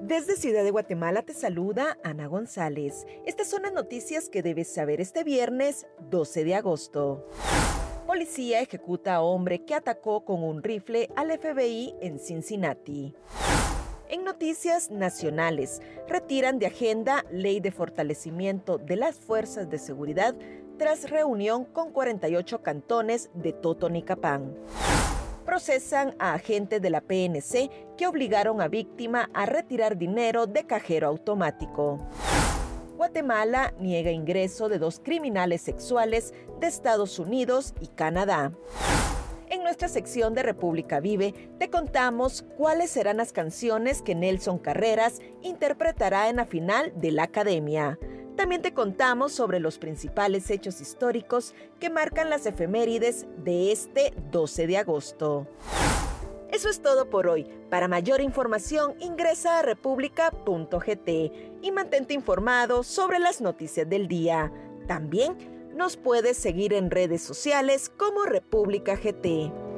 Desde Ciudad de Guatemala te saluda Ana González. Estas son las noticias que debes saber este viernes 12 de agosto. Policía ejecuta a hombre que atacó con un rifle al FBI en Cincinnati. En noticias nacionales, retiran de agenda ley de fortalecimiento de las fuerzas de seguridad tras reunión con 48 cantones de Totonicapán. Procesan a agentes de la PNC que obligaron a víctima a retirar dinero de cajero automático. Guatemala niega ingreso de 2 criminales sexuales de Estados Unidos y Canadá. En nuestra sección de República Vive te contamos cuáles serán las canciones que Nelson Carreras interpretará en la final de la Academia. También te contamos sobre los principales hechos históricos que marcan las efemérides de este 12 de agosto. Eso es todo por hoy. Para mayor información ingresa a república.gt y mantente informado sobre las noticias del día. También nos puedes seguir en redes sociales como República GT.